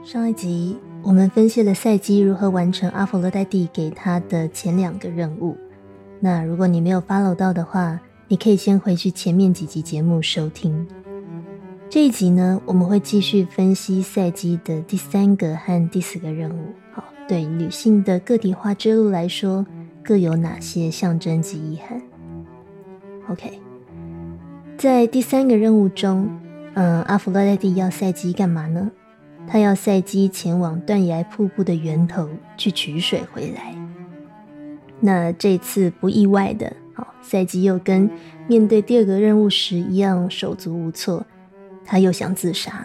上一集我们分析了赛基如何完成阿佛洛戴蒂给他的前2个任务。那如果你没有 follow 到的话，你可以先回去前面几集节目收听。这一集呢，我们会继续分析赛基的第3个和第4个任务。好，对女性的个体化之路来说，各有哪些象征及意涵 ？OK， 在第3个任务中，阿佛洛戴蒂要赛基干嘛呢？他要赛基前往断崖瀑布的源头去取水回来。那这次不意外的，赛基又跟面对第2个任务时一样手足无措，他又想自杀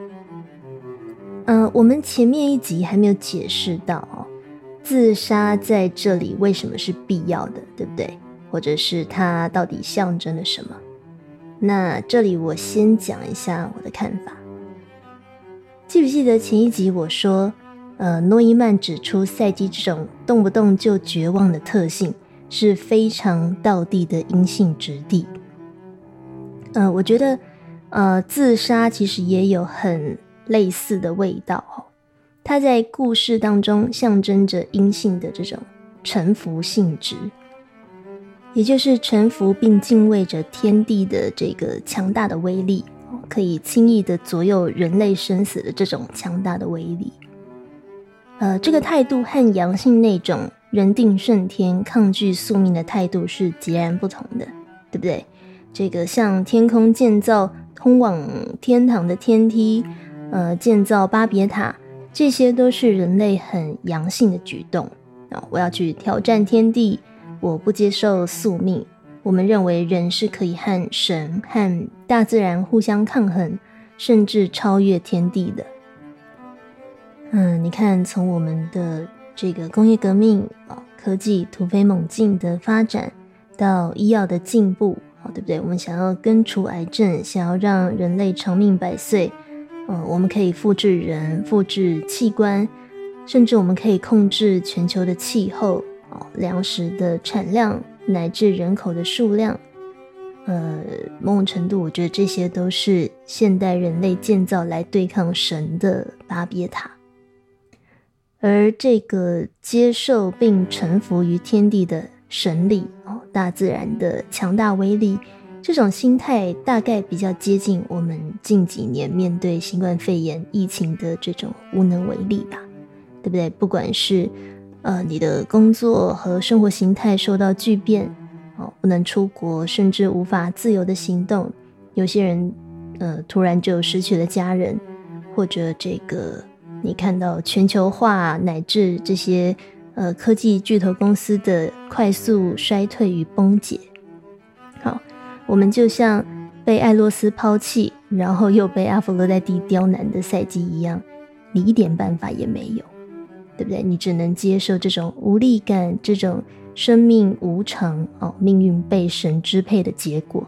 了。我们前面一集还没有解释到，自杀在这里为什么是必要的，对不对？或者是它到底象征了什么？那这里我先讲一下我的看法。记不记得前一集我说，诺伊曼指出赛基这种动不动就绝望的特性是非常道地的阴性质地。我觉得自杀其实也有很类似的味道它在故事当中象征着阴性的这种臣服性质，也就是臣服并敬畏着天地的这个强大的威力，可以轻易的左右人类生死的这种强大的威力。这个态度和阳性那种人定胜天抗拒宿命的态度是截然不同的，对不对？这个像天空建造通往天堂的天梯，建造巴别塔，这些都是人类很阳性的举动。我要去挑战天地，我不接受宿命。我们认为人是可以和神和大自然互相抗衡，甚至超越天地的。你看从我们的这个工业革命，科技突飞猛进的发展，到医药的进步，对不对？我们想要根除癌症，想要让人类长命百岁，我们可以复制人，复制器官，甚至我们可以控制全球的气候，粮食的产量，乃至人口的数量。某种程度我觉得这些都是现代人类建造来对抗神的巴别塔。而这个接受并臣服于天地的神力，大自然的强大威力，这种心态大概比较接近我们近几年面对新冠肺炎疫情的这种无能为力吧，对不对？不管是你的工作和生活形态受到巨变，不能出国，甚至无法自由的行动，有些人突然就失去了家人，或者这个你看到全球化乃至这些科技巨头公司的快速衰退与崩解。好，我们就像被艾洛斯抛弃，然后又被阿佛洛戴蒂刁难的赛基一样，你一点办法也没有，对不对？你只能接受这种无力感，这种生命无常，命运被神支配的结果。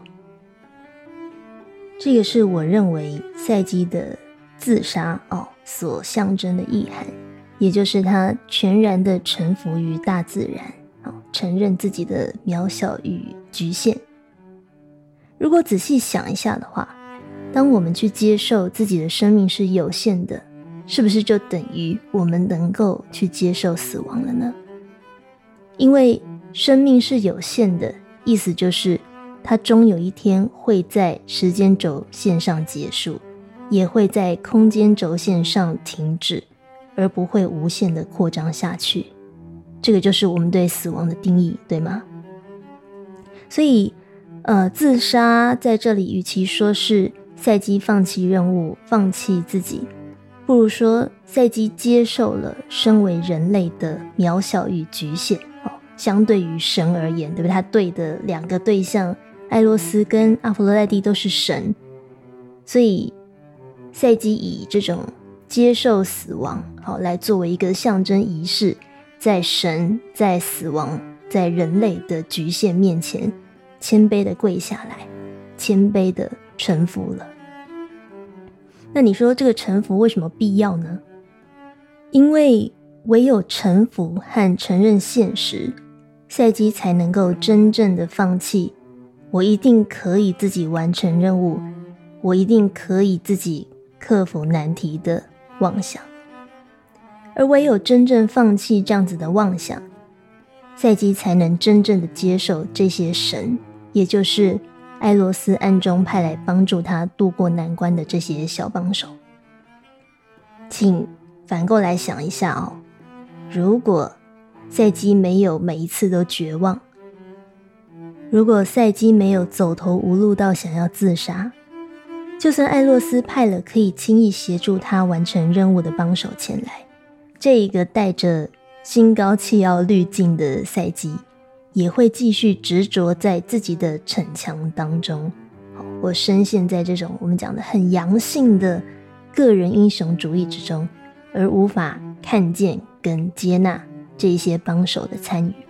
这个是我认为赛基的自杀所象征的意涵，也就是他全然的臣服于大自然，承认自己的渺小与局限。如果仔细想一下的话，当我们去接受自己的生命是有限的，是不是就等于我们能够去接受死亡了呢？因为生命是有限的，意思就是它终有一天会在时间轴线上结束，也会在空间轴线上停止，而不会无限的扩张下去。这个就是我们对死亡的定义，对吗？所以自杀在这里与其说是赛基放弃任务，放弃自己，不如说赛基接受了身为人类的渺小与局限，相对于神而言，对不对？他对的2个对象艾洛斯跟阿佛洛戴蒂都是神，所以赛基以这种接受死亡来作为一个象征仪式，在神，在死亡，在人类的局限面前谦卑的跪下来，谦卑的臣服了。那你说这个臣服为什么必要呢？因为唯有臣服和承认现实，赛基才能够真正的放弃我一定可以自己完成任务，我一定可以自己克服难题的妄想。 而唯有真正放弃这样子的妄想，赛姬才能真正的接受这些神，也就是艾洛斯暗中派来帮助他渡过难关的这些小帮手。请反过来想一下哦，如果赛姬没有每一次都绝望，如果赛姬没有走投无路到想要自杀，就算艾洛斯派了可以轻易协助他完成任务的帮手前来，这一个带着心高气傲滤镜的赛姬也会继续执着在自己的逞强当中，或深陷在这种我们讲的很阳性的个人英雄主义之中，而无法看见跟接纳这一些帮手的参与。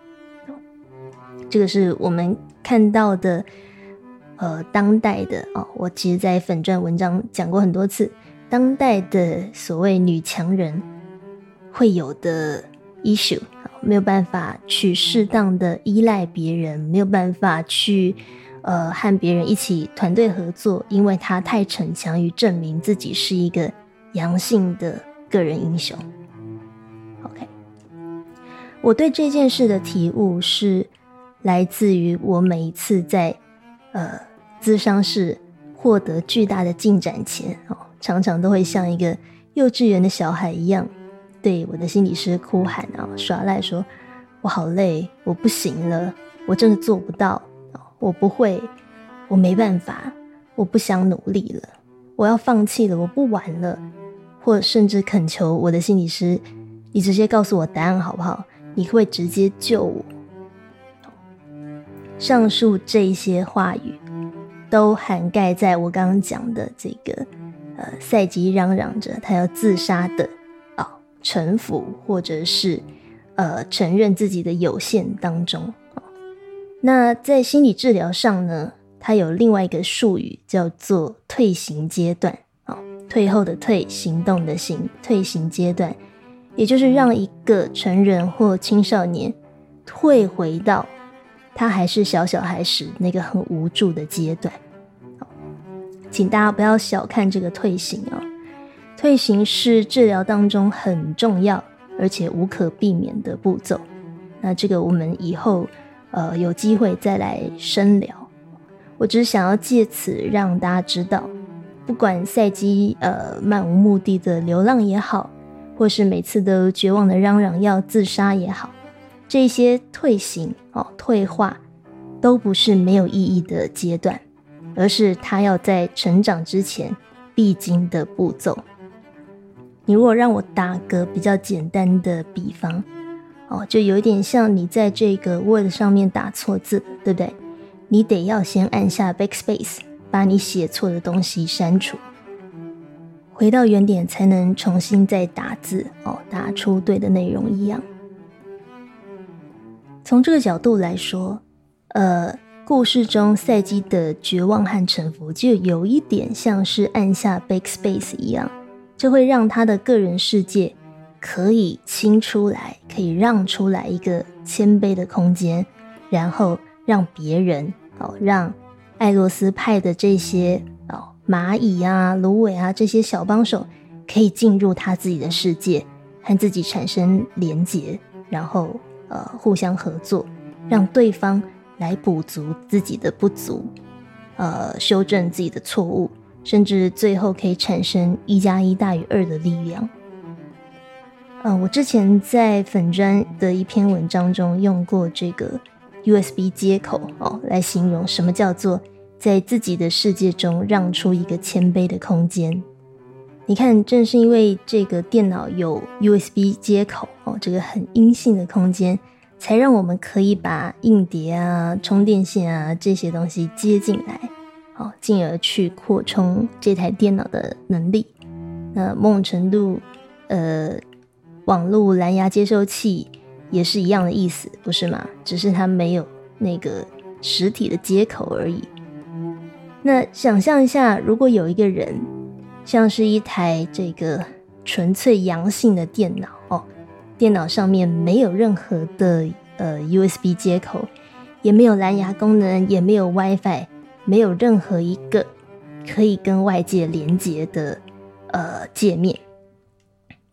这个是我们看到的当代的我其实在粉专文章讲过很多次，当代的所谓女强人会有的 issue， 没有办法去适当的依赖别人，没有办法去和别人一起团队合作，因为她太逞强于证明自己是一个阳性的个人英雄。 OK， 我对这件事的体悟是来自于我每一次在咨商室获得巨大的进展前常常都会像一个幼稚园的小孩一样对我的心理师哭喊耍赖说我好累，我不行了，我真的做不到，我不会，我没办法，我不想努力了，我要放弃了，我不玩了，或甚至恳求我的心理师，你直接告诉我答案好不好，你会直接救我。上述这些话语都涵盖在我刚刚讲的这个赛姬嚷嚷着他要自杀的臣服或者是承认自己的有限当中。那在心理治疗上呢，它有另外一个术语叫做退行阶段，退后的退，行动的行，退行阶段，也就是让一个成人或青少年退回到他还是小小孩时那个很无助的阶段。请大家不要小看这个退行退行是治疗当中很重要而且无可避免的步骤。那这个我们以后有机会再来深聊。我只是想要借此让大家知道，不管赛姬漫无目的的流浪也好，或是每次都绝望的嚷嚷要自杀也好，这些退行退化都不是没有意义的阶段，而是他要在成长之前必经的步骤。你如果让我打个比较简单的比方就有一点像你在这个 Word 上面打错字，对不对？你得要先按下 Backspace 把你写错的东西删除，回到原点才能重新再打字打出对的内容一样。从这个角度来说故事中赛姬的绝望和臣服就有一点像是按下 Backspace 一样，这会让他的个人世界可以清出来，可以让出来一个谦卑的空间，然后让别人让艾洛斯派的这些蚂蚁啊、芦苇啊这些小帮手可以进入他自己的世界，和自己产生连结，然后互相合作，让对方来补足自己的不足，修正自己的错误，甚至最后可以产生1+1大于2的力量。我之前在粉专的一篇文章中用过这个 USB 接口来形容什么叫做在自己的世界中让出一个谦卑的空间。你看，正是因为这个电脑有 USB 接口这个很阴性的空间，才让我们可以把硬碟啊、充电线啊这些东西接进来进而去扩充这台电脑的能力。那某种程度网络蓝牙接收器也是一样的意思，不是吗？只是它没有那个实体的接口而已。那想象一下，如果有一个人像是一台这个纯粹阳性的电脑电脑上面没有任何的USB 接口，也没有蓝牙功能，也没有 WiFi， 没有任何一个可以跟外界连接的界面。那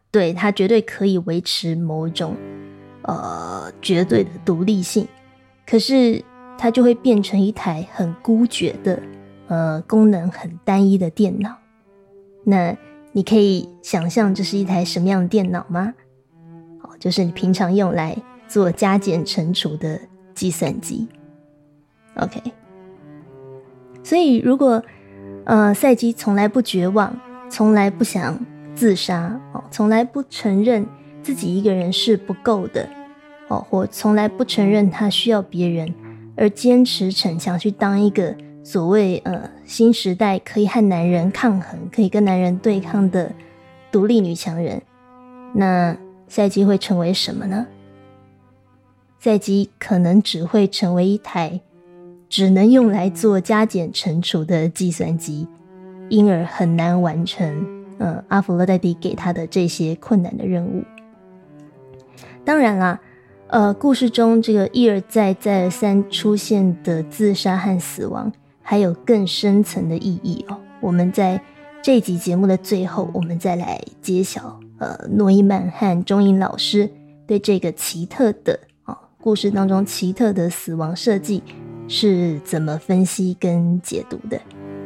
对，它绝对可以维持某种绝对的独立性，可是它就会变成一台很孤绝的功能很单一的电脑。那你可以想象这是一台什么样的电脑吗？就是你平常用来做加减乘除的计算机。 OK， 所以如果赛基从来不绝望，从来不想自杀，从来不承认自己一个人是不够的，或从来不承认他需要别人，而坚持逞强去当一个所谓新时代可以和男人抗衡，可以跟男人对抗的独立女强人，那赛基会成为什么呢？赛基可能只会成为一台只能用来做加减乘除的计算机，因而很难完成阿佛洛戴蒂给他的这些困难的任务。当然啦，故事中这个一而再再而三出现的自杀和死亡还有更深层的意义我们在这集节目的最后，我们再来揭晓诺伊曼和钟颖老师对这个奇特的故事当中奇特的死亡设计是怎么分析跟解读的。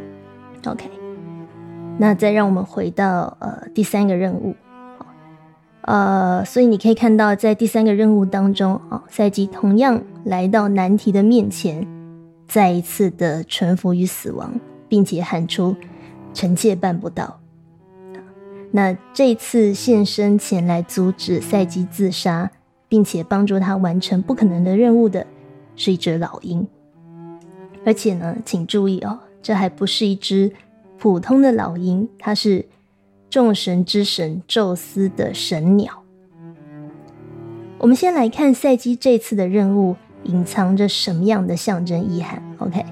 OK， 那再让我们回到第三个任务。所以你可以看到在第三个任务当中赛基同样来到难题的面前，再一次的臣服于死亡，并且喊出臣妾办不到。那这次现身前来阻止赛基自杀，并且帮助他完成不可能的任务的是一只老鹰。而且呢，请注意这还不是一只普通的老鹰，它是众神之神宙斯的神鸟。我们先来看赛基这次的任务隐藏着什么样的象征意涵。 OK，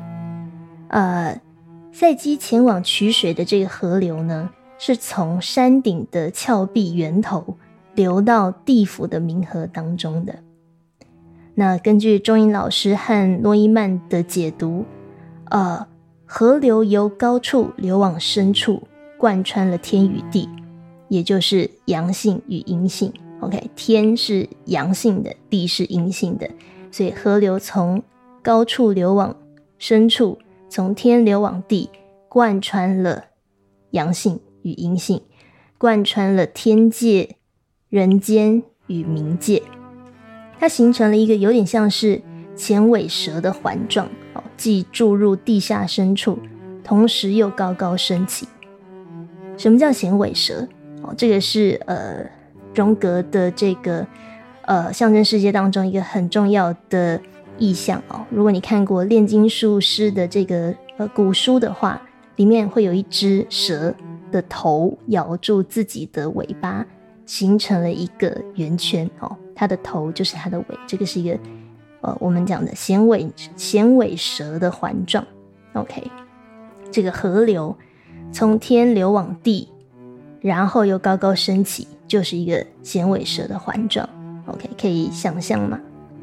赛基前往取水的这个河流呢，是从山顶的峭壁源头流到地府的冥河当中的。那根据钟颖老师和诺伊曼的解读，河流由高处流往深处，贯穿了天与地，也就是阳性与阴性。 OK， 天是阳性的，地是阴性的，所以河流从高处流往深处，从天流往地，贯穿了阳性与阴性，贯穿了天界、人间与冥界。它形成了一个有点像是前尾蛇的环状，既注入地下深处，同时又高高升起。什么叫衔尾蛇？这个是荣格的这个象征世界当中一个很重要的意象如果你看过炼金术师的这个古书的话，里面会有一只蛇的头咬住自己的尾巴，形成了一个圆圈它的头就是它的尾，这个是一个我们讲的衔尾蛇的环状。 OK， 这个河流从天流往地，然后又高高升起，就是一个衔尾蛇的环状。 OK， 可以想象吗？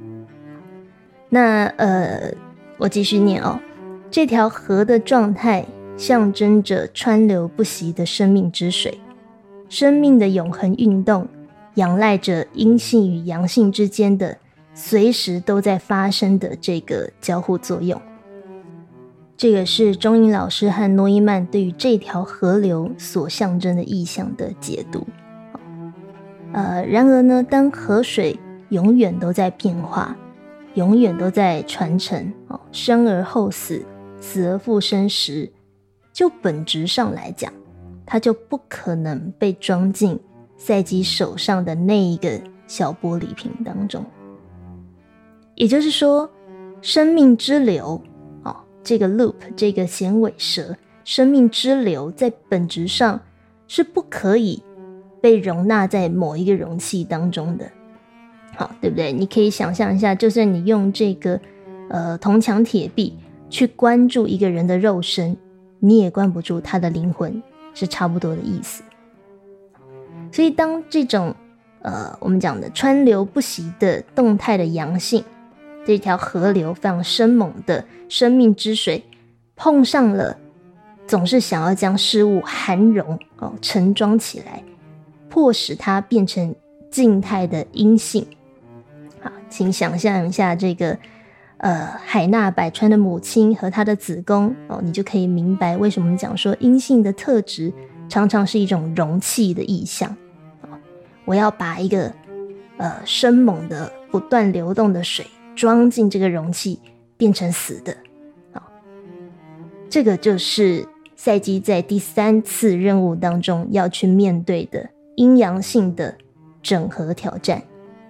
那我继续念这条河的状态象征着川流不息的生命之水，生命的永恒运动仰赖着阴性与阳性之间的随时都在发生的这个交互作用。这个是钟颖老师和诺伊曼对于这条河流所象征的意象的解读。然而呢，当河水永远都在变化，永远都在传承生而后死，死而复生时，就本质上来讲，它就不可能被装进赛基手上的那一个小玻璃瓶当中。也就是说，生命之流这个 loop， 这个衔尾蛇，生命之流在本质上是不可以被容纳在某一个容器当中的。好，对不对？你可以想象一下，就算你用这个铜墙铁壁去关住一个人的肉身，你也关不住他的灵魂，是差不多的意思。所以当这种我们讲的川流不息的动态的阳性，这条河流非常生猛的生命之水碰上了总是想要将事物含容盛装起来， 迫使它变成静态的阴性。好，请想象一下这个海纳百川的母亲和她的子宫你就可以明白为什么我们讲说阴性的特质常常是一种容器的意象。我要把一个生猛的不断流动的水装进这个容器，变成死的。这个就是赛姬在第3次任务当中要去面对的阴阳性的整合挑战。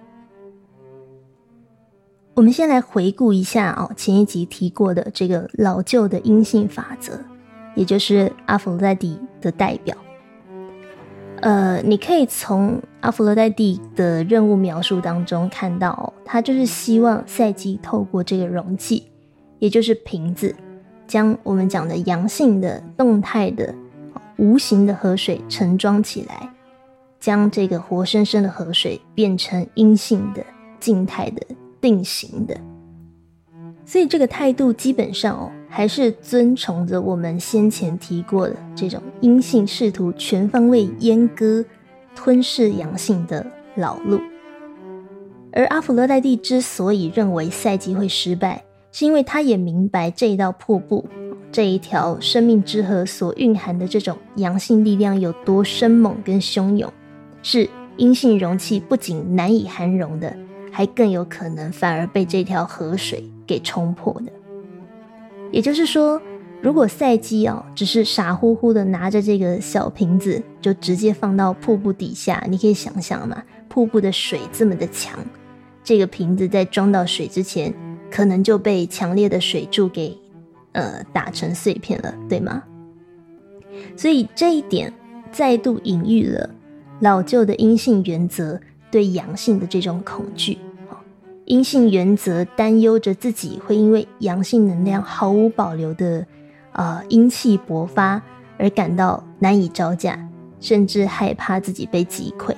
我们先来回顾一下前一集提过的这个老旧的阴性法则，也就是阿佛罗代蒂的代表。你可以从阿佛罗代蒂的任务描述当中看到他就是希望赛姬透过这个容器，也就是瓶子，将我们讲的阳性的动态的无形的河水盛装起来，将这个活生生的河水变成阴性的静态的定型的。所以这个态度基本上还是遵从着我们先前提过的这种阴性试图全方位阉割吞噬阳性的老路。而阿佛罗代蒂之所以认为赛姬会失败，是因为他也明白这一道瀑布，这一条生命之河所蕴含的这种阳性力量有多生猛跟汹涌，是阴性容器不仅难以涵容的，还更有可能反而被这条河水给冲破的。也就是说，如果赛姬只是傻乎乎的拿着这个小瓶子就直接放到瀑布底下，你可以想象嘛，瀑布的水这么的强，这个瓶子在装到水之前可能就被强烈的水柱给打成碎片了，对吗？所以这一点再度隐喻了老旧的阴性原则对阳性的这种恐惧。阴性原则担忧着自己会因为阳性能量毫无保留的阴气勃发而感到难以招架，甚至害怕自己被击溃。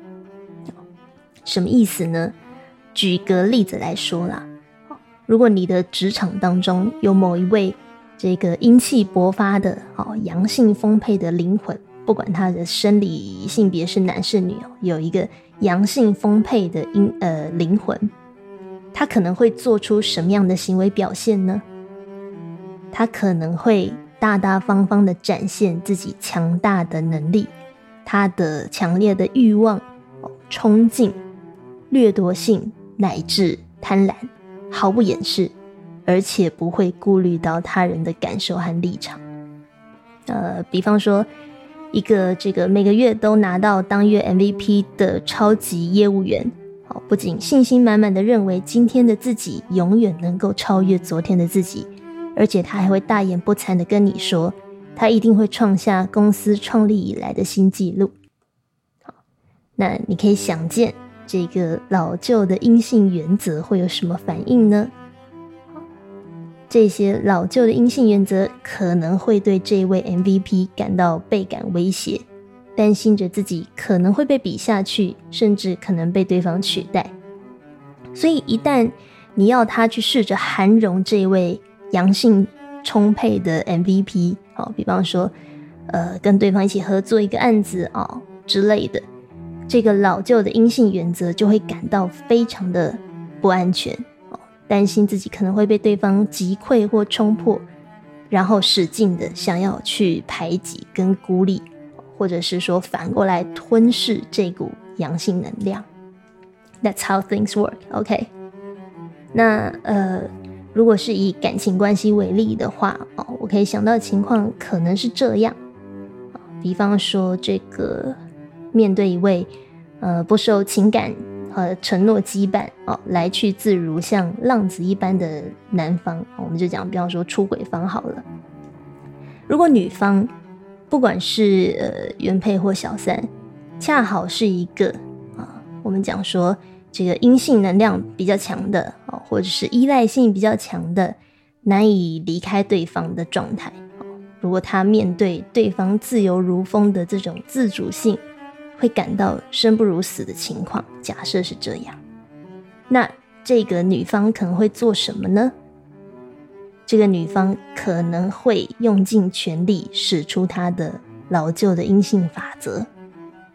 什么意思呢？举个例子来说啦，如果你的职场当中有某一位这个阴气勃发的阳性丰沛的灵魂，不管他的生理性别是男是女有一个阳性丰沛的灵魂，他可能会做出什么样的行为表现呢？他可能会大大方方地展现自己强大的能力，他的强烈的欲望、冲劲、掠夺性乃至贪婪，毫不掩饰，而且不会顾虑到他人的感受和立场。比方说一个这个每个月都拿到当月 MVP 的超级业务员，不仅信心满满的认为今天的自己永远能够超越昨天的自己，而且他还会大言不惭的跟你说，他一定会创下公司创立以来的新纪录。那你可以想见这个老旧的阴性原则会有什么反应呢？这些老旧的阴性原则可能会对这位 MVP 感到倍感威胁，担心着自己可能会被比下去，甚至可能被对方取代。所以一旦你要他去试着涵容这位阳性充沛的 MVP， 比方说跟对方一起合作一个案子之类的，这个老旧的阴性原则就会感到非常的不安全，担心自己可能会被对方击溃或冲破，然后使劲的想要去排挤跟孤立，或者是说反过来吞噬这股阳性能量。 That's how things work, OK？ 那如果是以感情关系为例的话我可以想到的情况可能是这样，比方说这个面对一位不受情感和承诺羁绊来去自如像浪子一般的男方，我们就讲比方说出轨方好了。如果女方不管是原配或小三，恰好是一个我们讲说这个阴性能量比较强的或者是依赖性比较强的，难以离开对方的状态，如果他面对对方自由如风的这种自主性会感到生不如死的情况，假设是这样，那这个女方可能会做什么呢？这个女方可能会用尽全力使出她的老旧的阴性法则，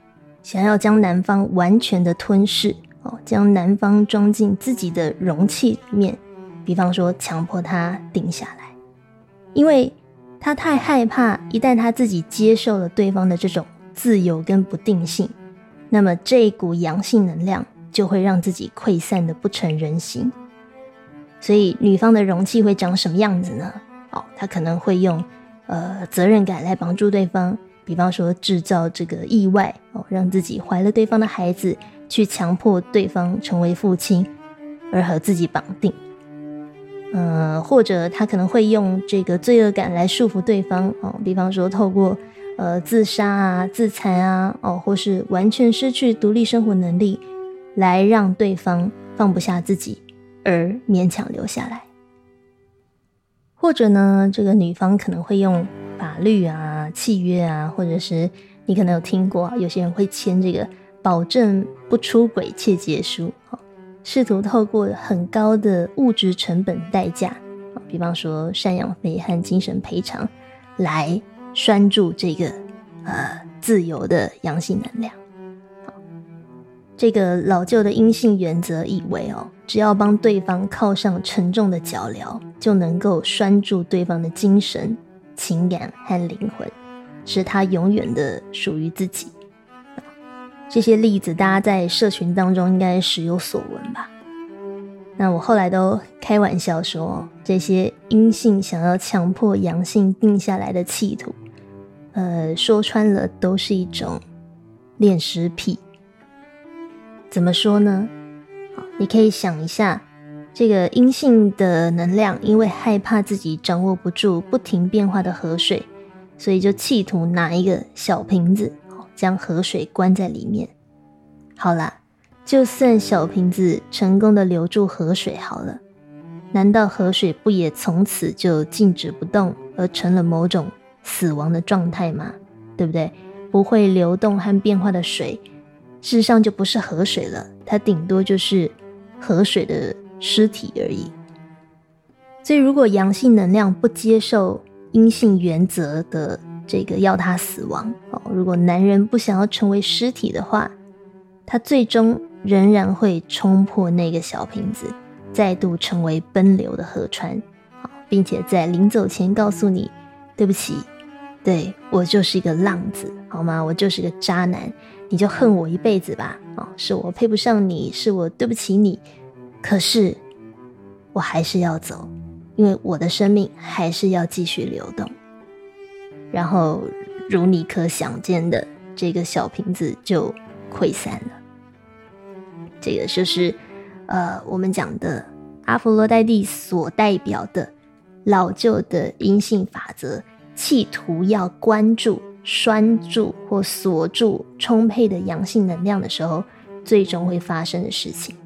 想要将男方完全的吞噬，将男方装进自己的容器里面，比方说强迫他定下来。因为他太害怕，一旦他自己接受了对方的这种自由跟不定性，那么这一股阳性能量就会让自己溃散的不成人形。所以女方的容器会长什么样子呢？她可能会用责任感来帮助对方，比方说制造这个意外，让自己怀了对方的孩子，去强迫对方成为父亲，而和自己绑定。或者他可能会用这个罪恶感来束缚对方，比方说透过自杀啊、自残啊，或是完全失去独立生活能力，来让对方放不下自己，而勉强留下来。或者呢，这个女方可能会用法律啊、契约啊，或者是你可能有听过，有些人会签这个保证不出轨切结书，试图透过很高的物质成本代价，比方说赡养费和精神赔偿，来拴住这个自由的阳性能量。这个老旧的阴性原则以为只要帮对方靠上沉重的脚镣，就能够拴住对方的精神、情感和灵魂，使他永远的属于自己。这些例子大家在社群当中应该时有所闻吧。那我后来都开玩笑说，这些阴性想要强迫阳性定下来的企图，说穿了都是一种恋尸癖。怎么说呢？你可以想一下，这个阴性的能量因为害怕自己掌握不住不停变化的河水，所以就企图拿一个小瓶子，将河水关在里面。好啦，就算小瓶子成功的留住河水好了，难道河水不也从此就静止不动，而成了某种死亡的状态吗？对不对？不会流动和变化的水，事实上就不是河水了，它顶多就是河水的尸体而已。所以如果阳性能量不接受阴性原则的这个要他死亡，如果男人不想要成为尸体的话，他最终仍然会冲破那个小瓶子，再度成为奔流的河川，并且在临走前告诉你，对不起，对，我就是一个浪子，好吗？我就是个渣男，你就恨我一辈子吧，是我配不上你，是我对不起你，可是我还是要走，因为我的生命还是要继续流动。然后如你可想见的，这个小瓶子就溃散了。这个就是我们讲的阿佛罗代蒂所代表的老旧的阴性法则，企图要关注、拴住或锁住充沛的阳性能量的时候，最终会发生的事情。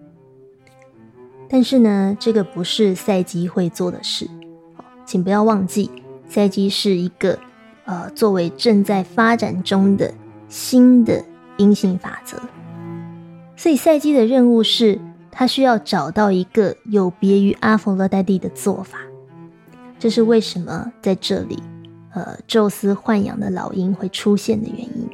但是呢，这个不是赛基会做的事，请不要忘记，赛基是一个作为正在发展中的新的阴性法则。所以赛基的任务是，他需要找到一个有别于阿佛罗代蒂的做法。这是为什么在这里宙斯豢养的老鹰会出现的原因。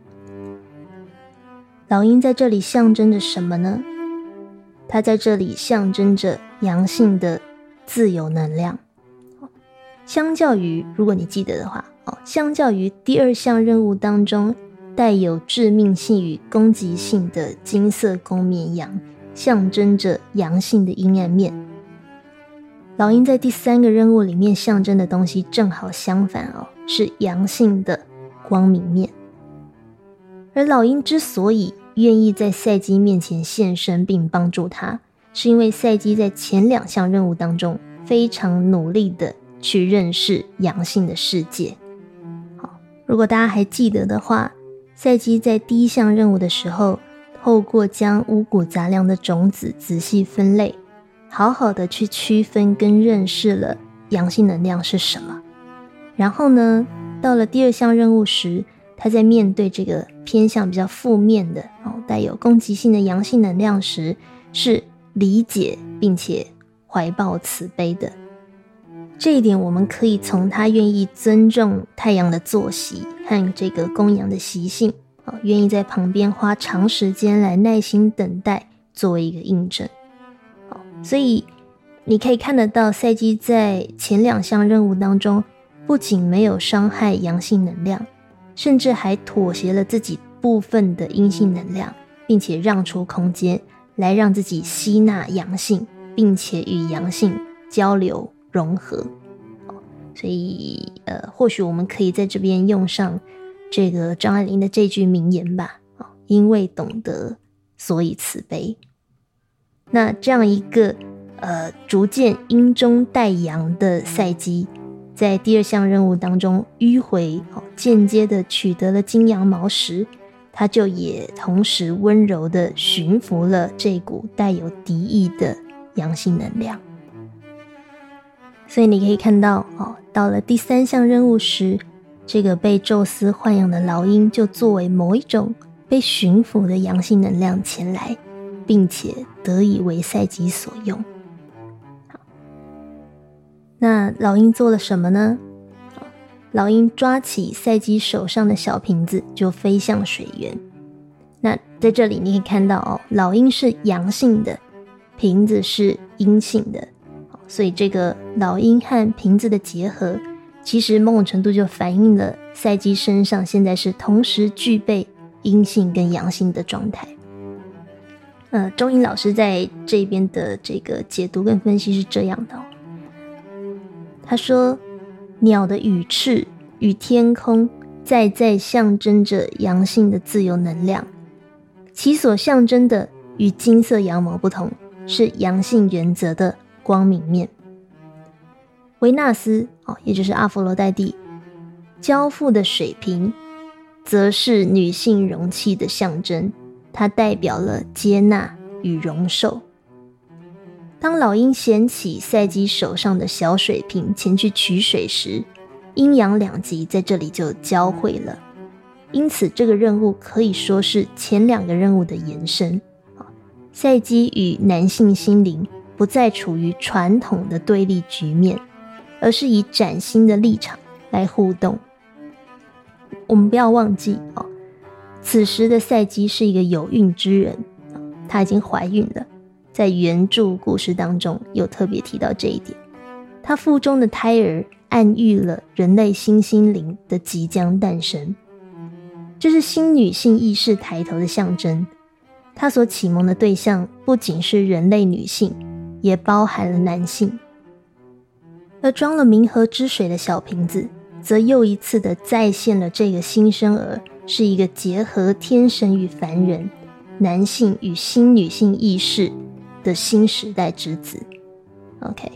老鹰在这里象征着什么呢？它在这里象征着阳性的自由能量。相较于，如果你记得的话，相较于第二项任务当中带有致命性与攻击性的金色公绵羊，象征着阳性的阴暗面。老鹰在第三个任务里面象征的东西正好相反，是阳性的光明面。而老鹰之所以愿意在赛基面前现身并帮助他，是因为赛基在前两项任务当中非常努力的去认识阳性的世界。如果大家还记得的话，赛基在第一项任务的时候，透过将五谷杂粮的种子仔细分类，好好的去区分跟认识了阳性能量是什么。然后呢，到了第二项任务时，他在面对这个偏向比较负面的带有攻击性的阳性能量时，是理解并且怀抱慈悲的。这一点我们可以从他愿意尊重太阳的作息和这个公羊的习性愿意在旁边花长时间来耐心等待，作为一个印证。所以你可以看得到赛姬在前2项任务当中，不仅没有伤害阳性能量，甚至还妥协了自己部分的阴性能量，并且让出空间来让自己吸纳阳性，并且与阳性交流融合。所以或许我们可以在这边用上这个张爱玲的这句名言吧，因为懂得，所以慈悲。那这样一个逐渐阴中带阳的赛姬，在第2项任务当中迂回间接的取得了金羊毛时，他就也同时温柔的驯服了这股带有敌意的阳性能量。所以你可以看到到了第3项任务时，这个被宙斯豢养的老鹰就作为某一种被驯服的阳性能量前来，并且得以为赛姬所用。那老鹰做了什么呢？老鹰抓起赛姬手上的小瓶子就飞向水源。那在这里你可以看到老鹰是阳性的，瓶子是阴性的，所以这个老鹰和瓶子的结合，其实某种程度就反映了赛姬身上现在是同时具备阴性跟阳性的状态。钟颖老师在这边的这个解读跟分析是这样的他说，鸟的羽翅与天空在象征着阳性的自由能量，其所象征的与金色羊毛不同，是阳性原则的光明面。维纳斯也就是阿佛罗代蒂交付的水瓶，则是女性容器的象征，它代表了接纳与容受。当老鹰捡起赛姬手上的小水瓶前去取水时，阴阳两极在这里就交汇了。因此这个任务可以说是前2个任务的延伸。赛姬与男性心灵不再处于传统的对立局面，而是以崭新的立场来互动。我们不要忘记此时的赛姬是一个有孕之人，她已经怀孕了，在原著故事当中有特别提到这一点。她腹中的胎儿暗喻了人类新心灵的即将诞生，这是新女性意识抬头的象征。她所启蒙的对象不仅是人类女性，也包含了男性。而装了冥河之水的小瓶子，则又一次的再现了这个新生儿是一个结合天神与凡人、男性与新女性意识的新时代之子。 OK，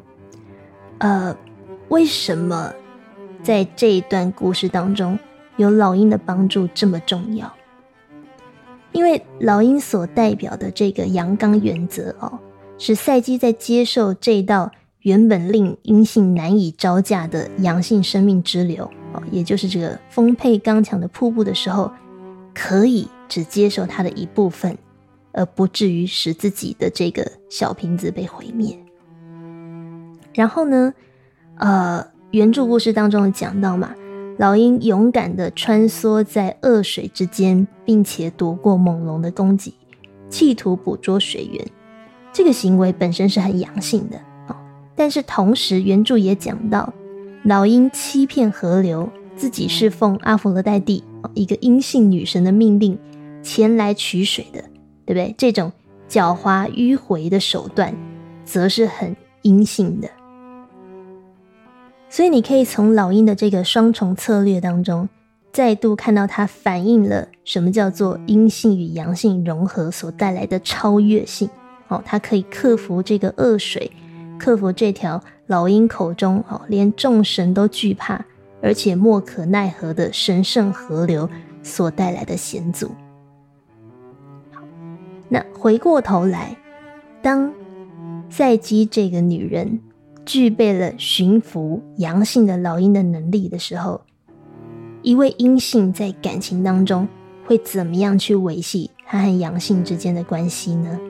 为什么在这一段故事当中有老鹰的帮助这么重要？因为老鹰所代表的这个阳刚原则使赛姬在接受这道原本令阴性难以招架的阳性生命之流，也就是这个丰沛刚强的瀑布的时候，可以只接受它的一部分，而不至于使自己的这个小瓶子被毁灭。然后呢原著故事当中讲到嘛，老鹰勇敢地穿梭在恶水之间，并且躲过猛龙的攻击，企图捕捉水源。这个行为本身是很阳性的但是同时原著也讲到，老鹰欺骗河流，自己是奉阿佛罗代蒂一个阴性女神的命令前来取水的，对不对？这种狡猾迂回的手段则是很阴性的。所以你可以从老鹰的这个双重策略当中，再度看到它反映了什么叫做阴性与阳性融合所带来的超越性它可以克服这个恶水，克服这条老鹰口中连众神都惧怕而且莫可奈何的神圣河流所带来的险阻。那回过头来，当赛姬这个女人具备了驯服阳性的老鹰的能力的时候，一位阴性在感情当中会怎么样去维系他和阳性之间的关系呢？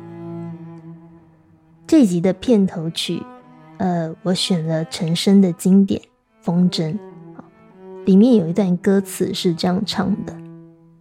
这集的片头曲我选了陈升的经典《风筝》，里面有一段歌词是这样唱的：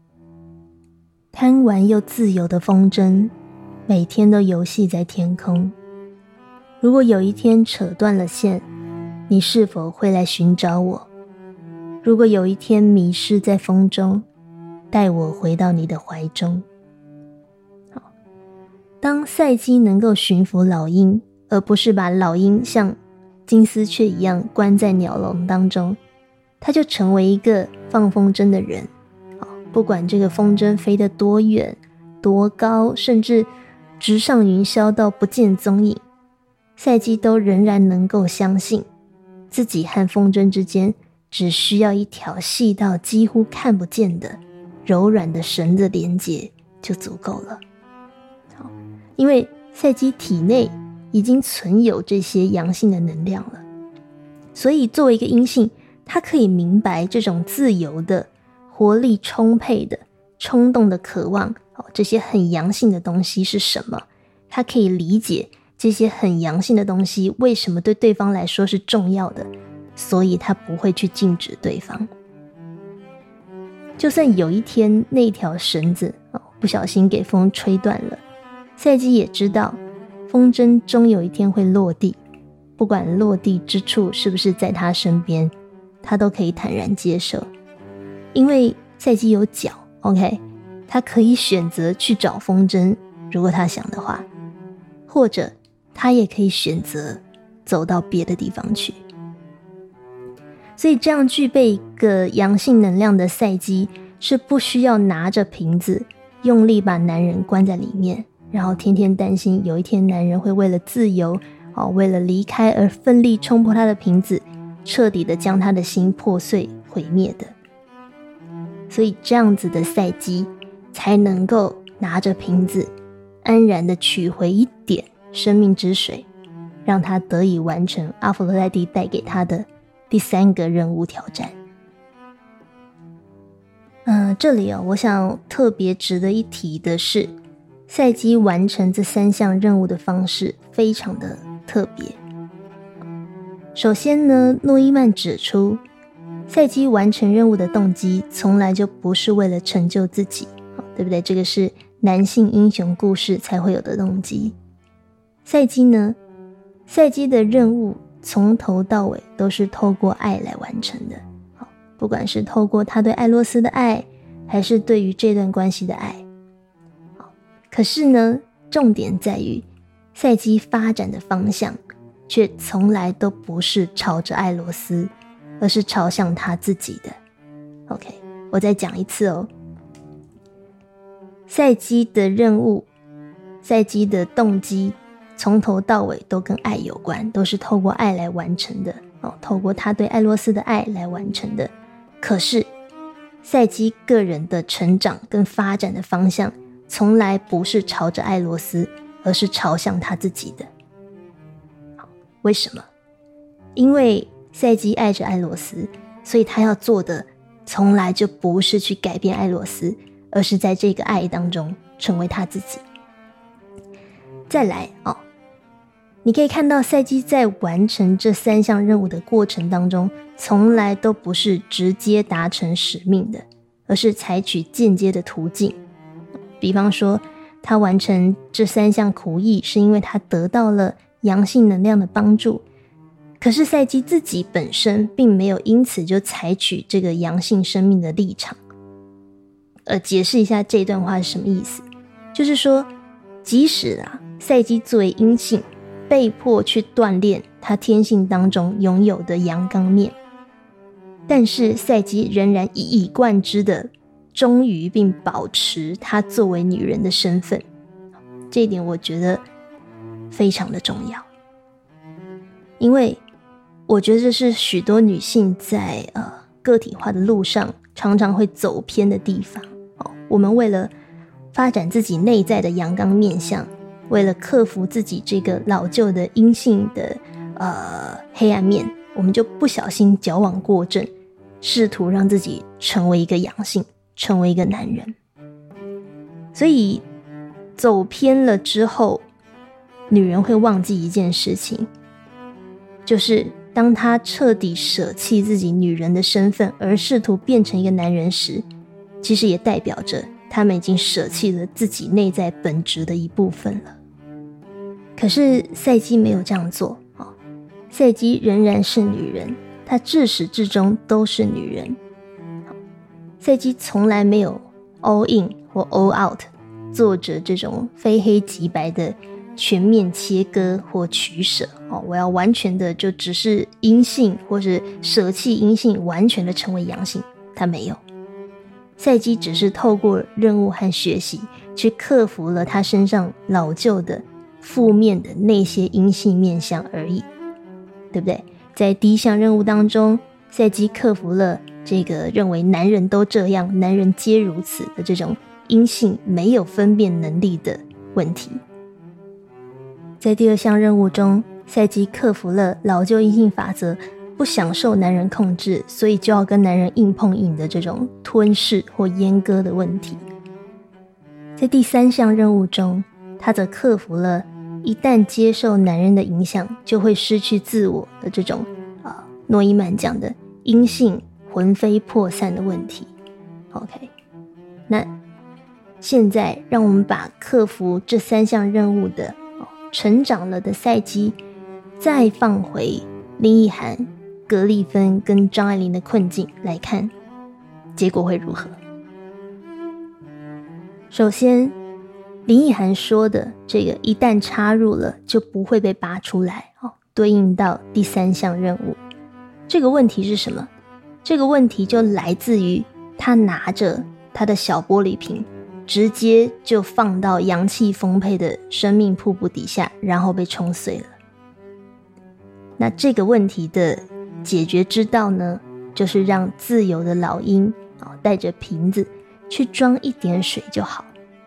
贪玩又自由的风筝，每天都游戏在天空。如果有一天扯断了线，你是否会来寻找我？如果有一天迷失在风中，带我回到你的怀中。好，当赛姬能够驯服老鹰，而不是把老鹰像金丝雀一样关在鸟笼当中，他就成为一个放风筝的人。不管这个风筝飞得多远多高，甚至直上云霄到不见踪影，赛姬都仍然能够相信自己和风筝之间只需要一条细到几乎看不见的柔软的绳子连接就足够了。好，因为赛姬体内已经存有这些阳性的能量了，所以作为一个阴性，他可以明白这种自由的活力充沛的冲动的渴望，这些很阳性的东西是什么，他可以理解这些很阳性的东西为什么对对方来说是重要的，所以他不会去禁止对方。就算有一天那条绳子不小心给风吹断了，赛姬也知道风筝终有一天会落地，不管落地之处是不是在他身边，他都可以坦然接受。因为赛姬有脚 OK， 他可以选择去找风筝，如果他想的话，或者他也可以选择走到别的地方去。所以这样具备一个阳性能量的赛姬是不需要拿着瓶子用力把男人关在里面，然后天天担心有一天男人会为了自由为了离开而奋力冲破他的瓶子，彻底的将他的心破碎毁灭的。所以这样子的赛姬才能够拿着瓶子安然的取回一点生命之水，让他得以完成阿佛罗代蒂带给他的第3个任务挑战。这里我想特别值得一提的是，赛姬完成这3项任务的方式非常的特别。首先呢，诺伊曼指出赛姬完成任务的动机从来就不是为了成就自己，对不对？这个是男性英雄故事才会有的动机。赛姬的任务从头到尾都是透过爱来完成的，不管是透过他对艾洛斯的爱，还是对于这段关系的爱。可是呢，重点在于赛姬发展的方向却从来都不是朝着艾洛斯，而是朝向他自己的。 OK， 我再讲一次赛姬的任务，赛姬的动机从头到尾都跟爱有关，都是透过爱来完成的，透过他对艾洛斯的爱来完成的。可是赛姬个人的成长跟发展的方向从来不是朝着艾洛斯，而是朝向他自己的。为什么？因为赛姬爱着艾洛斯，所以他要做的从来就不是去改变艾洛斯，而是在这个爱当中成为他自己。再来你可以看到赛姬在完成这3项任务的过程当中，从来都不是直接达成使命的，而是采取间接的途径。比方说他完成这3项苦役是因为他得到了阳性能量的帮助，可是赛姬自己本身并没有因此就采取这个阳性生命的立场。解释一下这段话是什么意思，就是说即使赛姬作为阴性被迫去锻炼他天性当中拥有的阳刚面，但是赛姬仍然一以贯之的忠于并保持他作为女人的身份。这一点我觉得非常的重要，因为我觉得这是许多女性在个体化的路上常常会走偏的地方。我们为了发展自己内在的阳刚面向，为了克服自己这个老旧的阴性的黑暗面，我们就不小心矫枉过正，试图让自己成为一个阳性，成为一个男人。所以走偏了之后，女人会忘记一件事情，就是当她彻底舍弃自己女人的身份，而试图变成一个男人时，其实也代表着他们已经舍弃了自己内在本质的一部分了。可是赛姬没有这样做，赛姬仍然是女人，她至始至终都是女人。赛姬从来没有 all in 或 all out， 做着这种非黑即白的全面切割或取舍，我要完全的就只是阴性，或是舍弃阴性，完全的成为阳性，她没有。赛姬只是透过任务和学习，去克服了她身上老旧的负面的那些阴性面向而已，对不对？在第一项任务当中，赛姬克服了这个认为男人都这样，男人皆如此的这种阴性没有分辨能力的问题。在第二项任务中，赛姬克服了老旧阴性法则不享受男人控制，所以就要跟男人硬碰硬的这种吞噬或阉割的问题。在第三项任务中，他则克服了一旦接受男人的影响就会失去自我的这种诺伊曼讲的阴性魂飞魄散的问题。 OK， 那现在让我们把克服这三项任务的成长了的赛姬再放回林奕含、格丽芬跟张爱玲的困境来看，结果会如何？首先，林奕含说的这个一旦插入了就不会被拔出来，对应到第三项任务。这个问题是什么？这个问题就来自于他拿着他的小玻璃瓶，直接就放到阳气丰沛的生命瀑布底下，然后被冲碎了。那这个问题的解决之道呢，就是让自由的老鹰带着瓶子去装一点水就好。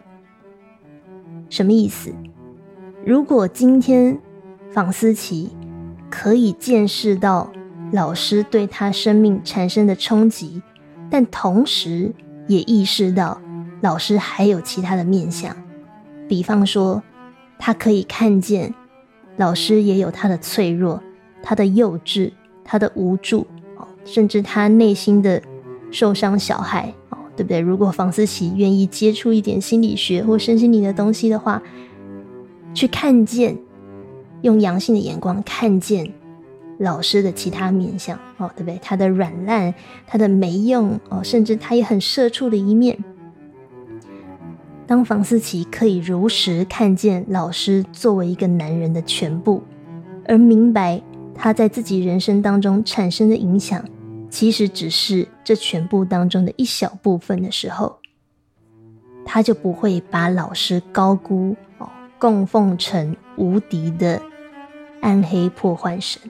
什么意思？如果今天房思琪可以见识到老师对他生命产生的冲击，但同时也意识到老师还有其他的面向，比方说他可以看见老师也有他的脆弱，他的幼稚，他的无助，甚至他内心的受伤小孩，对不对？如果房思琪愿意接触一点心理学或身心灵的东西的话，去看见，用阳性的眼光看见老师的其他面向，对不对？他的软烂，他的没用，甚至他也很社畜的一面。当房思琪可以如实看见老师作为一个男人的全部，而明白他在自己人生当中产生的影响其实只是这全部当中的一小部分的时候，他就不会把老师高估，供奉成无敌的暗黑破坏神。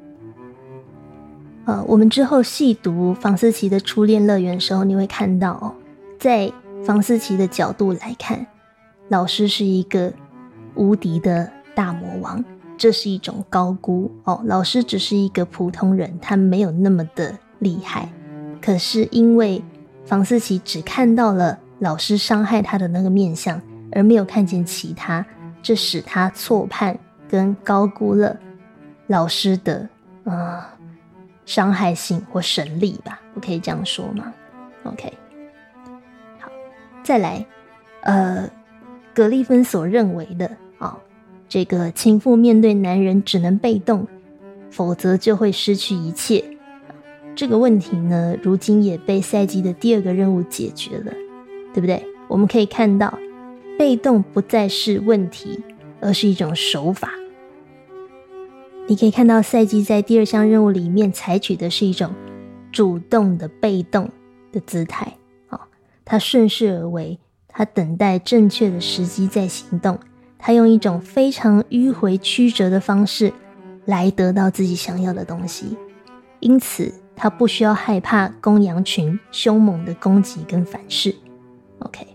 我们之后细读房思琪的初恋乐园的时候，你会看到，在房思琪的角度来看，老师是一个无敌的大魔王，这是一种高估，老师只是一个普通人，他没有那么的厉害。可是因为房思琪只看到了老师伤害他的那个面相，而没有看见其他，这使他错判跟高估了老师的伤害性或神力吧，我可以这样说吗？ OK， 好，再来格丽芬所认为的这个情妇面对男人只能被动，否则就会失去一切。这个问题呢，如今也被赛姬的第二个任务解决了，对不对？我们可以看到，被动不再是问题，而是一种手法。你可以看到赛姬在第二项任务里面采取的是一种主动的被动的姿态，他顺势而为，他等待正确的时机再行动，他用一种非常迂回曲折的方式来得到自己想要的东西，因此他不需要害怕公羊群凶猛的攻击跟反噬。 OK，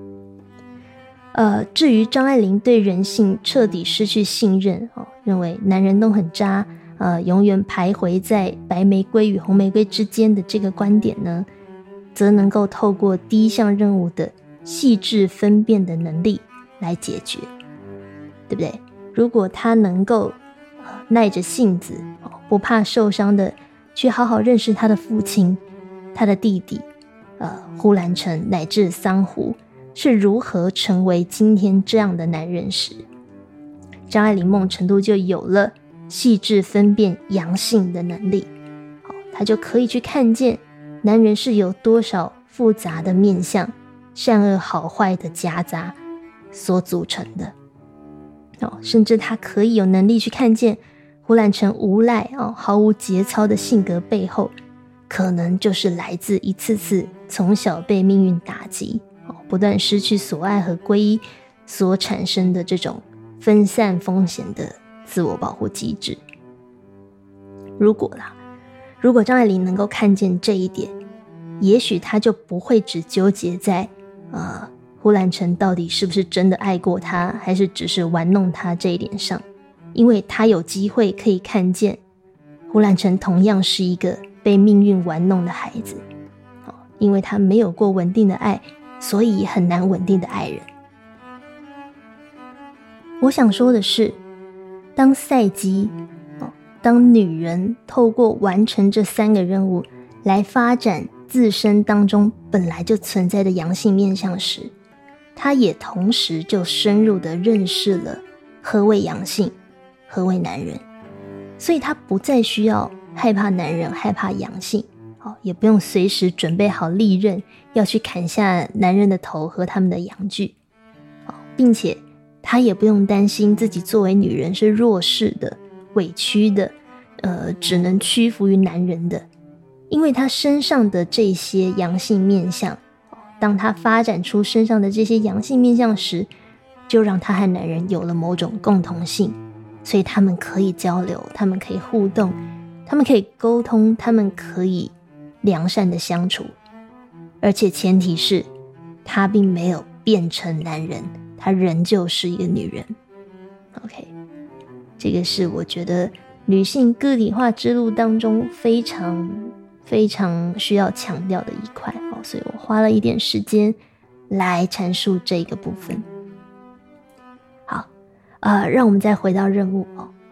至于张爱玲对人性彻底失去信任，认为男人都很渣，永远徘徊在白玫瑰与红玫瑰之间的这个观点呢，则能够透过第一项任务的细致分辨的能力来解决，对不对？如果他能够耐着性子，不怕受伤的去好好认识他的父亲、他的弟弟、呼兰城乃至桑胡， 是如何成为今天这样的男人时，张爱玲某程度就有了细致分辨阳性的能力。他就可以去看见男人是有多少复杂的面向，善恶好坏的夹杂所组成的。甚至他可以有能力去看见胡兰成无赖毫无节操的性格背后，可能就是来自一次次从小被命运打击，不断失去所爱和皈依所产生的这种分散风险的自我保护机制。如果张爱玲能够看见这一点，也许她就不会只纠结在胡兰成到底是不是真的爱过她，还是只是玩弄她这一点上，因为她有机会可以看见胡兰成同样是一个被命运玩弄的孩子，因为他没有过稳定的爱，所以很难稳定的爱人。我想说的是，当赛姬当女人透过完成这3个任务来发展自身当中本来就存在的阳性面向时，她也同时就深入地认识了何谓阳性，何谓男人。所以她不再需要害怕男人，害怕阳性，也不用随时准备好利刃要去砍下男人的头和他们的阳具，并且她也不用担心自己作为女人是弱势的、委屈的，只能屈服于男人的。因为她身上的这些阳性面向，当她发展出身上的这些阳性面向时，就让她和男人有了某种共同性，所以他们可以交流，他们可以互动，他们可以沟通，他们可以良善的相处。而且前提是她并没有变成男人，她仍旧是一个女人。 OK， 这个是我觉得女性个体化之路当中非常非常需要强调的一块，所以我花了一点时间来阐述这个部分。好，让我们再回到任务。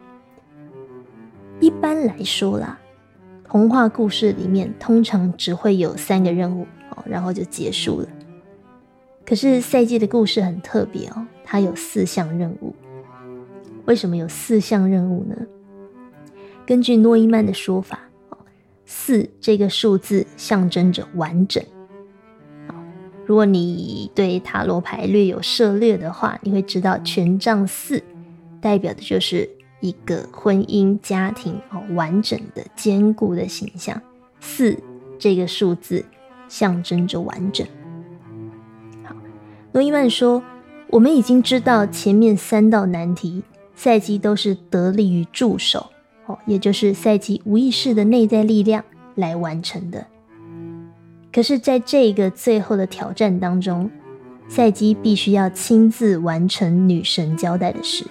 一般来说啦，童话故事里面通常只会有3个任务，然后就结束了。可是赛姬的故事很特别，它有4项任务。为什么有4项任务呢？根据诺伊曼的说法，4这个数字象征着完整。如果你对塔罗牌略有涉猎的话，你会知道权杖4代表的就是一个婚姻家庭完整的坚固的形象。4这个数字象征着完整。好，诺伊曼说，我们已经知道前面3道难题赛姬都是得力于助手，也就是赛姬无意识的内在力量来完成的。可是在这个最后的挑战当中，赛姬必须要亲自完成女神交代的事。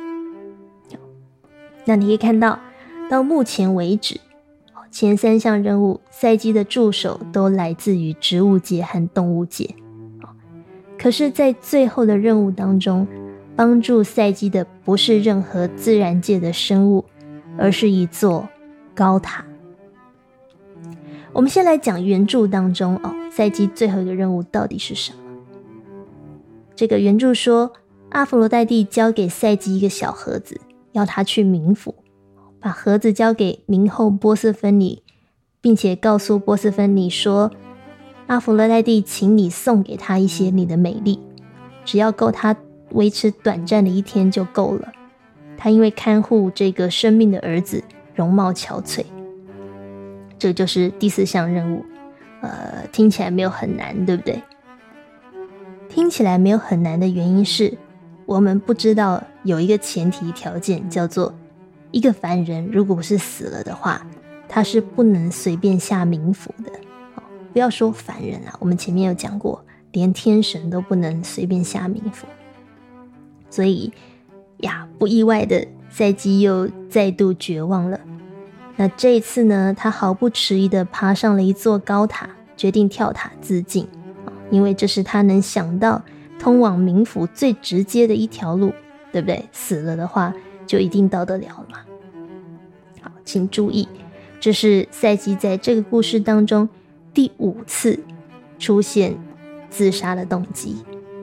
那你可以看到，到目前为止，前3项任务赛姬的助手都来自于植物界和动物界。可是在最后的任务当中，帮助赛姬的不是任何自然界的生物，而是一座高塔。我们先来讲原著当中赛姬最后一个任务到底是什么。这个原著说，阿佛罗代蒂交给赛姬一个小盒子，要他去冥府，把盒子交给冥后波瑟芬妮，并且告诉波瑟芬妮说，阿佛罗代蒂请你送给他一些你的美丽，只要够他维持短暂的1天就够了。他因为看护这个生命的儿子容貌憔悴。这就是第4项任务。听起来没有很难，对不对？听起来没有很难的原因是，我们不知道有一个前提条件，叫做一个凡人如果是死了的话，他是不能随便下冥府的。不要说凡人啦，我们前面有讲过，连天神都不能随便下冥府。所以不意外的，赛姬又再度绝望了。那这一次呢，他毫不迟疑地爬上了一座高塔，决定跳塔自尽，因为这是他能想到通往冥府最直接的一条路，对不对？死了的话就一定到得了了嘛。好，请注意，这是赛姬在这个故事当中第5次出现自杀的动机。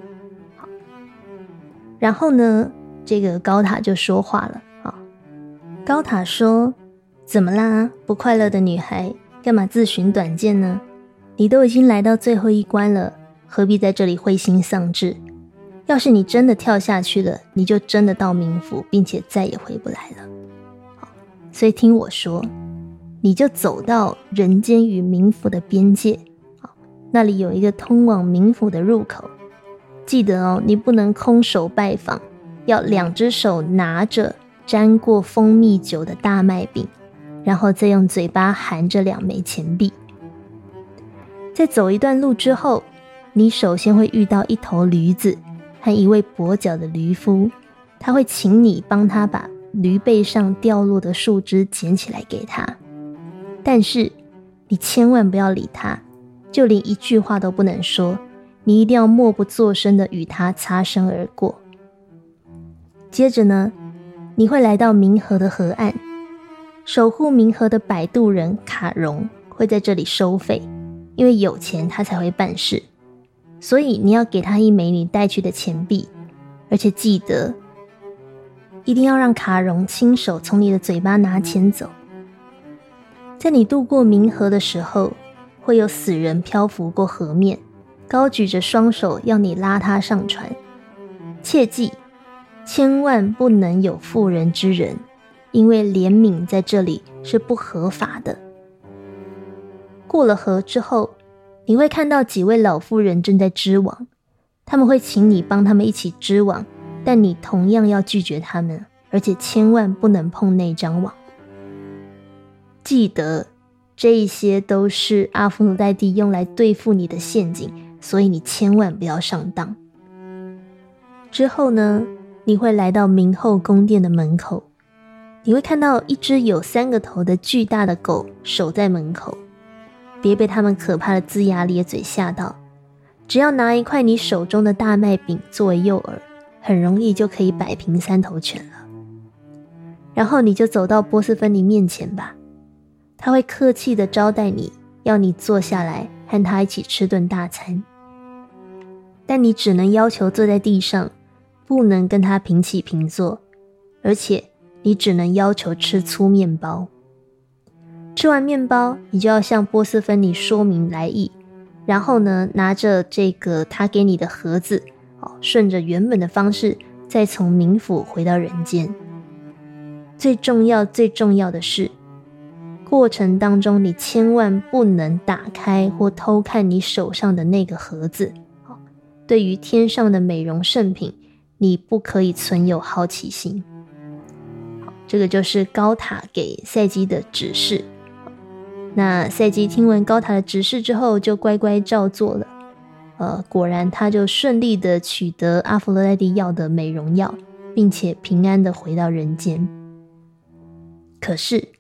然后呢，这个高塔就说话了啊。高塔说：怎么啦，不快乐的女孩，干嘛自寻短见呢？你都已经来到最后一关了，何必在这里灰心丧志？要是你真的跳下去了，你就真的到冥府，并且再也回不来了。所以听我说，你就走到人间与冥府的边界，那里有一个通往冥府的入口。记得哦，你不能空手拜访，要2只手拿着沾过蜂蜜酒的大麦饼，然后再用嘴巴含着2枚钱币。在走一段路之后，你首先会遇到一头驴子和一位跛脚的驴夫，他会请你帮他把驴背上掉落的树枝捡起来给他，但是你千万不要理他，就连一句话都不能说，你一定要默不作声地与他擦身而过。接着呢，你会来到冥河的河岸，守护冥河的摆渡人卡戎会在这里收费，因为有钱他才会办事，所以你要给他1枚你带去的钱币，而且记得一定要让卡戎亲手从你的嘴巴拿钱走。在你渡过冥河的时候，会有死人漂浮过河面，高举着双手要你拉他上船。切记，千万不能有妇人之仁，因为怜悯在这里是不合法的。过了河之后，你会看到几位老妇人正在织网，他们会请你帮他们一起织网，但你同样要拒绝他们，而且千万不能碰那张网。记得，这些都是阿佛罗代蒂用来对付你的陷阱，所以你千万不要上当。之后呢，你会来到冥后宫殿的门口，你会看到一只有3个头的巨大的狗守在门口。别被他们可怕的龇牙咧嘴吓到，只要拿一块你手中的大麦饼作为诱饵，很容易就可以摆平3头犬了。然后你就走到波斯芬尼面前吧，他会客气地招待你，要你坐下来和他一起吃顿大餐。但你只能要求坐在地上，不能跟他平起平坐，而且你只能要求吃粗面包。吃完面包，你就要向波斯芬尼说明来意，然后呢，拿着这个他给你的盒子，顺着原本的方式，再从冥府回到人间。最重要的是，过程当中你千万不能打开或偷看你手上的那个盒子。对于天上的美容圣品，你不可以存有好奇心。这个就是高塔给赛基的指示。那赛基听闻高塔的指示之后，就乖乖照做了。果然他就顺利的取得阿佛罗代蒂要的美容药，并且平安的回到人间。可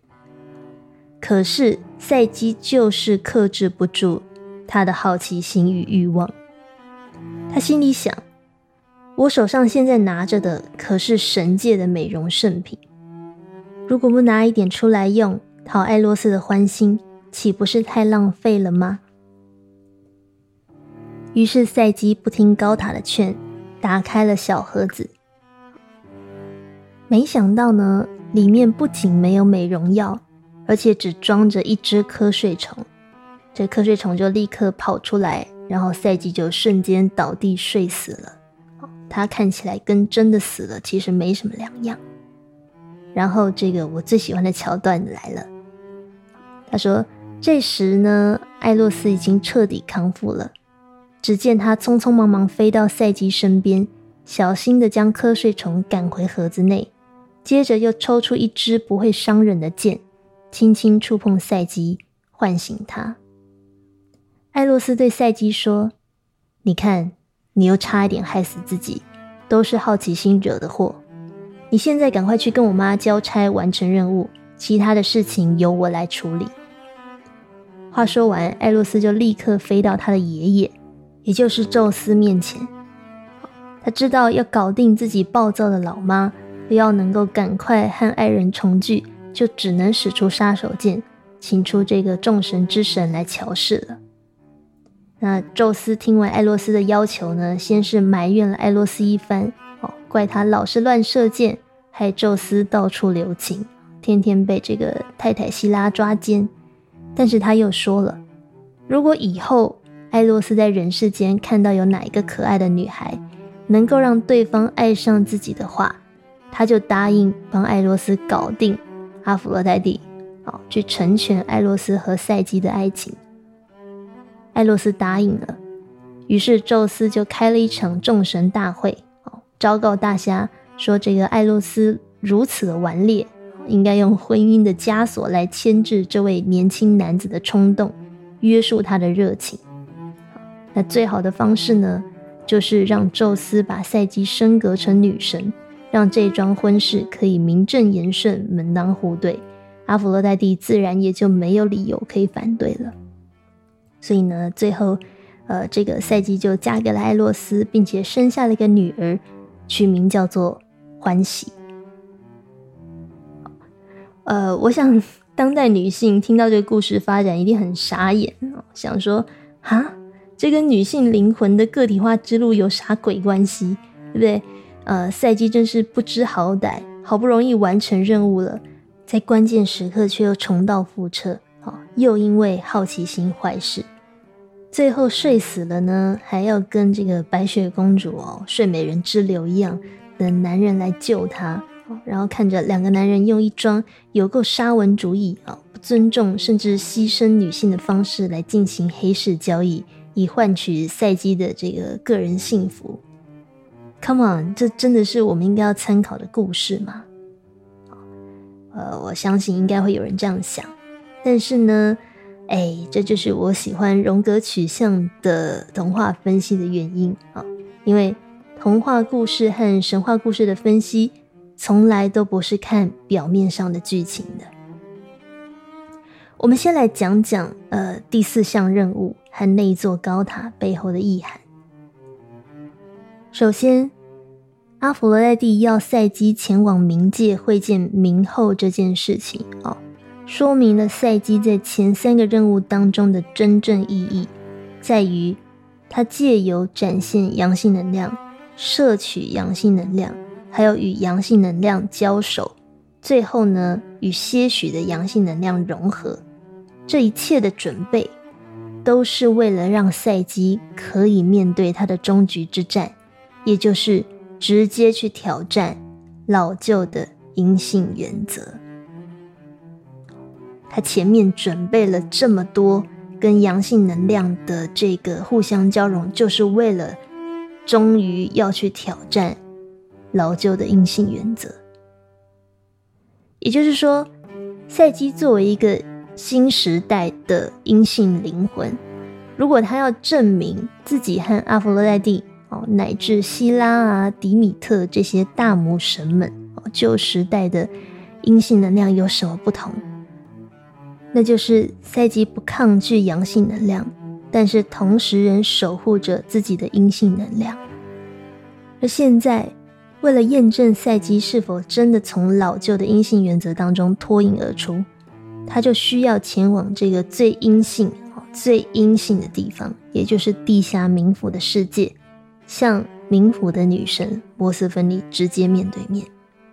是赛基就是克制不住他的好奇心与欲望。他心里想，我手上现在拿着的可是神界的美容圣品，如果不拿一点出来用，讨艾洛斯的欢心，岂不是太浪费了吗？于是赛基不听高塔的劝，打开了小盒子。没想到呢，里面不仅没有美容药，而且只装着一只瞌睡虫。这瞌睡虫就立刻跑出来，然后赛基就瞬间倒地睡死了。他看起来跟真的死了其实没什么两样。然后这个我最喜欢的桥段来了，他说这时呢，艾洛斯已经彻底康复了，只见他匆匆忙忙飞到赛基身边，小心地将瞌睡虫赶回盒子内，接着又抽出一支不会伤人的剑，轻轻触碰赛基，唤醒他。艾洛斯对赛基说，你看，你又差一点害死自己，都是好奇心惹的祸。你现在赶快去跟我妈交差，完成任务，其他的事情由我来处理。话说完，艾洛斯就立刻飞到他的爷爷，也就是宙斯面前。他知道要搞定自己暴躁的老妈，又要能够赶快和爱人重聚，就只能使出杀手锏，请出这个众神之神来乔事了。那宙斯听完艾洛斯的要求呢，先是埋怨了艾洛斯一番， 怪他老是乱射箭，害宙斯到处留情，天天被这个太太希拉抓奸。但是他又说了，如果以后艾洛斯在人世间看到有哪一个可爱的女孩能够让对方爱上自己的话，他就答应帮艾洛斯搞定阿佛洛代蒂，去成全艾洛斯和赛姬的爱情。艾洛斯答应了，于是宙斯就开了一场众神大会，昭告大家说这个艾洛斯如此的顽劣，应该用婚姻的枷锁来牵制这位年轻男子的冲动，约束他的热情。那最好的方式呢，就是让宙斯把赛姬升格成女神，让这桩婚事可以名正言顺，门当户对，阿佛洛代蒂自然也就没有理由可以反对了。所以呢，最后这个赛姬就嫁给了艾洛斯，并且生下了一个女儿，取名叫做欢喜。我想当代女性听到这个故事发展一定很傻眼，想说这跟女性灵魂的个体化之路有啥鬼关系，对不对？赛姬真是不知好歹，好不容易完成任务了，在关键时刻却又重蹈覆辙，又因为好奇心坏事，最后睡死了呢，还要跟这个白雪公主睡美人之流一样，等男人来救她，然后看着两个男人用一桩有够沙文主义，不尊重甚至牺牲女性的方式来进行黑市交易，以换取赛姬的这个个人幸福。 Come on， 这真的是我们应该要参考的故事吗？我相信应该会有人这样想，但是呢这就是我喜欢荣格取向的童话分析的原因因为童话故事和神话故事的分析从来都不是看表面上的剧情的。我们先来讲讲第4项任务和那一座高塔背后的意涵。首先，阿佛罗代蒂要赛姬前往冥界会见冥后这件事情说明了赛姬在前3个任务当中的真正意义，在于她借由展现阳性能量，摄取阳性能量，还有与阳性能量交手，最后呢与些许的阳性能量融合，这一切的准备都是为了让赛姬可以面对她的终局之战，也就是直接去挑战老旧的阴性原则。他前面准备了这么多跟阳性能量的这个互相交融，就是为了终于要去挑战老旧的阴性原则。也就是说，赛姬作为一个新时代的阴性灵魂，如果他要证明自己和阿佛罗代蒂乃至希拉迪米特这些大魔神们旧时代的阴性能量有什么不同，那就是赛姬不抗拒阳性能量，但是同时仍守护着自己的阴性能量。而现在为了验证赛姬是否真的从老旧的阴性原则当中脱颖而出，他就需要前往这个最阴性最阴性的地方，也就是地下冥府的世界，向冥府的女神波瑟芬妮直接面对面。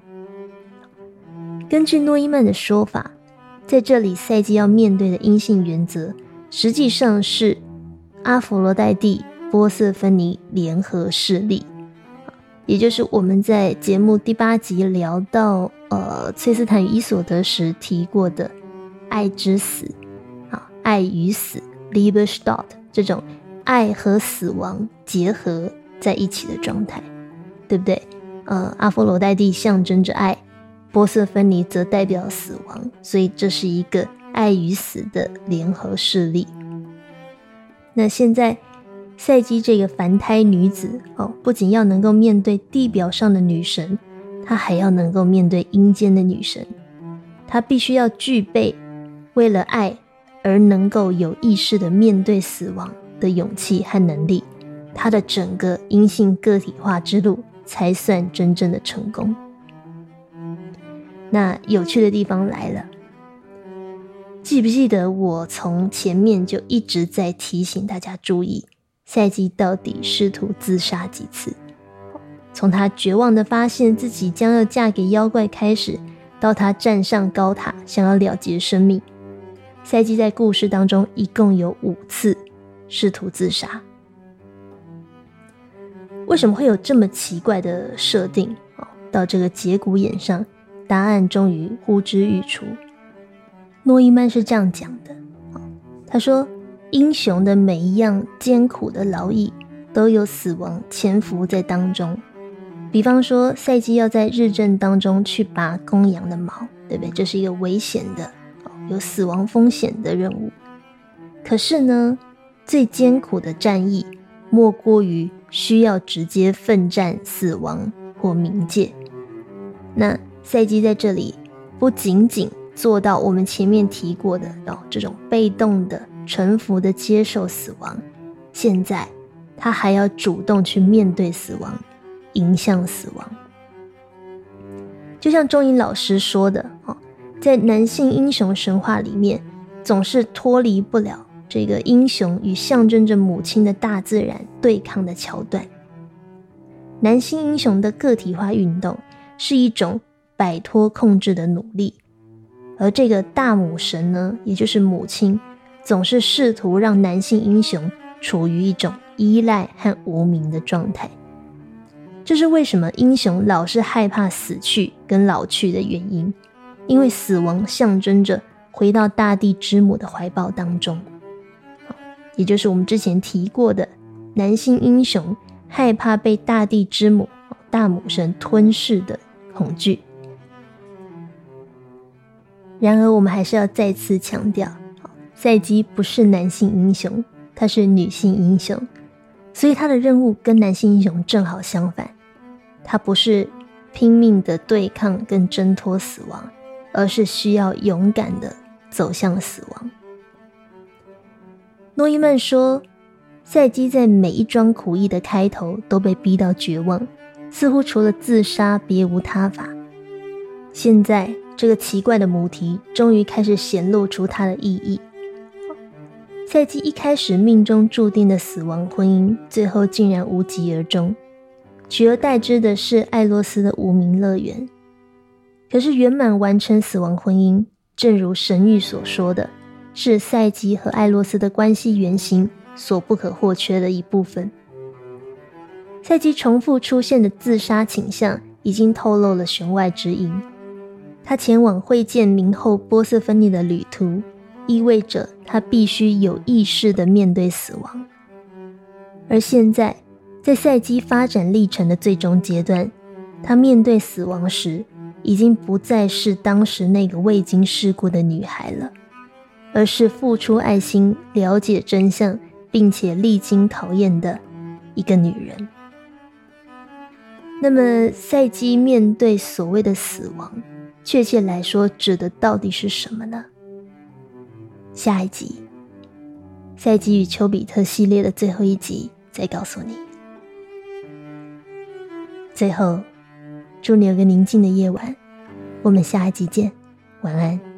根据诺伊曼的说法，在这里赛姬要面对的阴性原则实际上是阿佛罗代蒂波瑟芬妮联合势力，也就是我们在节目第8集聊到崔斯坦与伊索德时提过的爱之死爱与死 Liebestod 这种爱和死亡结合在一起的状态，对不对？阿佛罗代蒂象征着爱，波瑟芬妮则代表死亡，所以这是一个爱与死的联合势力。那现在赛姬这个凡胎女子不仅要能够面对地表上的女神，她还要能够面对阴间的女神，她必须要具备为了爱而能够有意识的面对死亡的勇气和能力，她的整个阴性个体化之路才算真正的成功。那有趣的地方来了，记不记得我从前面就一直在提醒大家注意赛姬到底试图自杀几次？ 从他绝望的发现自己将要嫁给妖怪开始，到他站上高塔想要了结生命，赛姬在故事当中一共有5次试图自杀。为什么会有这么奇怪的设定？到这个节骨眼上，答案终于呼之欲出。诺伊曼是这样讲的，他说英雄的每一样艰苦的劳役都有死亡潜伏在当中。比方说赛姬要在日正当中去拔公羊的毛，对不对？这是一个危险的有死亡风险的任务。可是呢，最艰苦的战役莫过于需要直接奋战死亡或冥界。那赛姬在这里不仅仅做到我们前面提过的这种被动的臣服的接受死亡，现在他还要主动去面对死亡，迎向死亡。就像钟颖老师说的，在男性英雄神话里面，总是脱离不了这个英雄与象征着母亲的大自然对抗的桥段。男性英雄的个体化运动是一种摆脱控制的努力，而这个大母神呢，也就是母亲，总是试图让男性英雄处于一种依赖和无名的状态。这是为什么英雄老是害怕死去跟老去的原因，因为死亡象征着回到大地之母的怀抱当中，也就是我们之前提过的男性英雄害怕被大地之母大母神吞噬的恐惧。然而我们还是要再次强调，赛姬不是男性英雄，她是女性英雄，所以她的任务跟男性英雄正好相反。她不是拼命的对抗跟挣脱死亡，而是需要勇敢的走向死亡。诺伊曼说，赛姬在每一桩苦役的开头都被逼到绝望，似乎除了自杀别无他法。现在这个奇怪的母题终于开始显露出它的意义。赛姬一开始命中注定的死亡婚姻，最后竟然无疾而终，取而代之的是艾洛斯的无名乐园。可是圆满完成死亡婚姻，正如神谕所说的，是赛姬和艾洛斯的关系原型所不可或缺的一部分。赛姬重复出现的自杀倾向已经透露了弦外之音。他前往会见冥后波瑟芬尼的旅途，意味着他必须有意识地面对死亡。而现在，在赛姬发展历程的最终阶段，他面对死亡时，已经不再是当时那个未经世故的女孩了，而是付出爱心、了解真相，并且历经考验的一个女人。那么，赛姬面对所谓的死亡，确切来说指的到底是什么呢？下一集，赛姬与丘比特系列的最后一集再告诉你。最后，祝你有个宁静的夜晚，我们下一集见，晚安。